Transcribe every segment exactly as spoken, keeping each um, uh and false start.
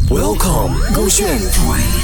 Welcome， 勾选 three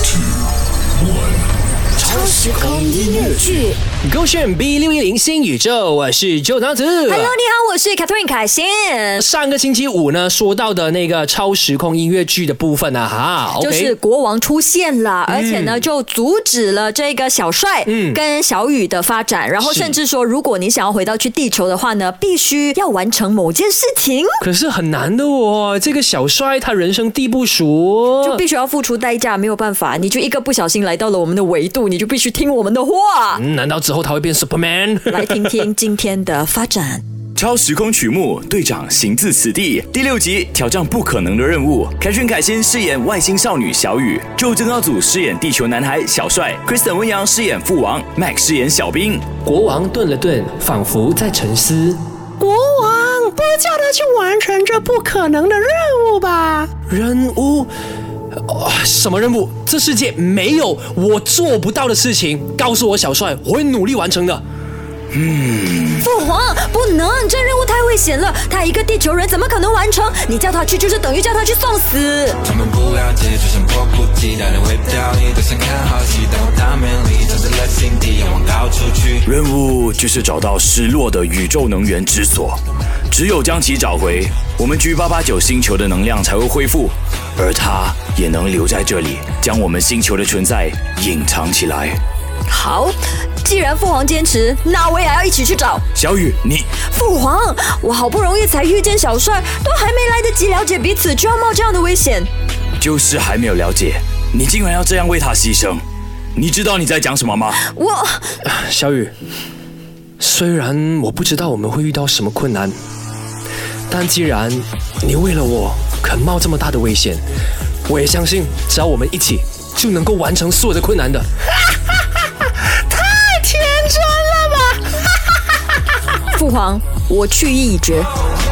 two one 超时空音乐剧。 勾选 B 六一零新宇宙，我是周长子。 Hello， 你好，我是 Catherine 凯欣。 上个星期五呢，说到的那个超时空音乐剧的部分啊，哈， 就是国王出现了，嗯、而且呢，就阻止了这个小帅跟小雨的发展，嗯、然后甚至说，如果你想要回到去地球的话呢，必须要完成某件事情。 可是很难的哦，这个小帅他人生地不熟， 就必须要付出代价，没有办法，你就一个不小心来到了我们的维度，你就必须听我们的话。 嗯，难道之后他会变 Superman？ 来听听今天的发展。 超时空曲目，队长行自此地，第六集挑战不可能的任务。凯旋凯欣饰演外星少女小雨，周正傲祖饰演地球男孩小帅 ，Kristen 温阳饰演父王 ，Mac 饰演小兵。 国王顿了顿，仿佛在沉思。 国王，不叫他去完成这不可能的任务吧？ 任务？哦，什么任务？这世界没有我做不到的事情。告诉我，小帅，我会努力完成的。 嗯，父皇不能，这任务太危险了。他一个地球人怎么可能完成？你叫他去，就是等于叫他去送死。 他们不了解，就像迫不及待的会掉你，都想看好戏，但我大魅力藏在了心底，要往高处去。 任务就是找到失落的宇宙能源之所，只有将其找回，我们 G 八八九星球的能量才会恢复，而它也能留在这里，将我们星球的存在隐藏起来。 好，既然父皇坚持，那我也要一起去找。 小雨，你父皇，我好不容易才遇见小帅，都还没来得及了解彼此，就要冒这样的危险。 就是还没有了解，你竟然要这样为他牺牲，你知道你在讲什么吗？ 我， 小雨，虽然我不知道我们会遇到什么困难，但既然你为了我肯冒这么大的危险，我也相信，只要我们一起，就能够完成所有的困难的。 天真了吧！ 父皇，我去意已决。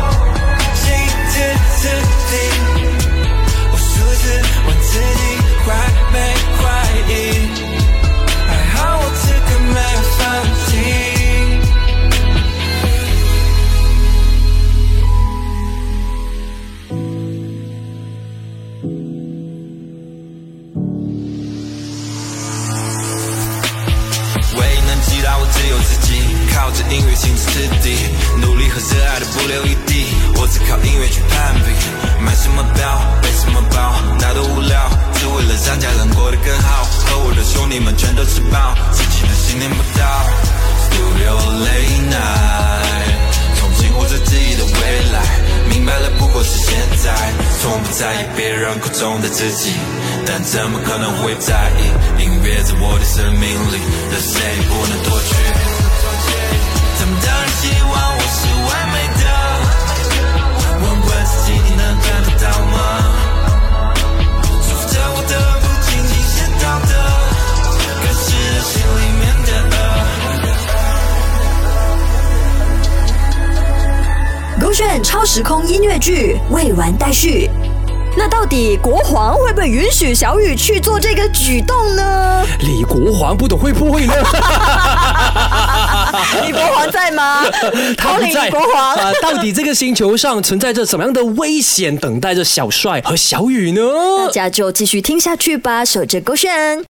我只有自己，靠着音乐行至此地，努力和热爱的不留一地，我只靠音乐去攀比，买什么表，背什么包，那都无聊，只为了让家人过得更好，和我的兄弟们全都吃饱，自己的心念不到 Studio Late Night， 憧憬活着自己的未来，明白了不过是现在，从不在意别人口中的自己，但怎么可能会在意？音乐在我的生命里，任谁不能夺取？他们当然希望我是完美的，问问自己你能办得到吗？束缚着我的不仅仅是道德，更是心里面的恶。勾选超时空音乐剧未完待续。那到底国皇会不会允许小雨去做这个举动呢？ 李国皇不懂会不会呢？ 李国皇在吗？ 他不在。 李国皇、 呃，到底这个星球上存在着什么样的危险等待着小帅和小雨呢？ 大家就继续听下去吧，守着勾选。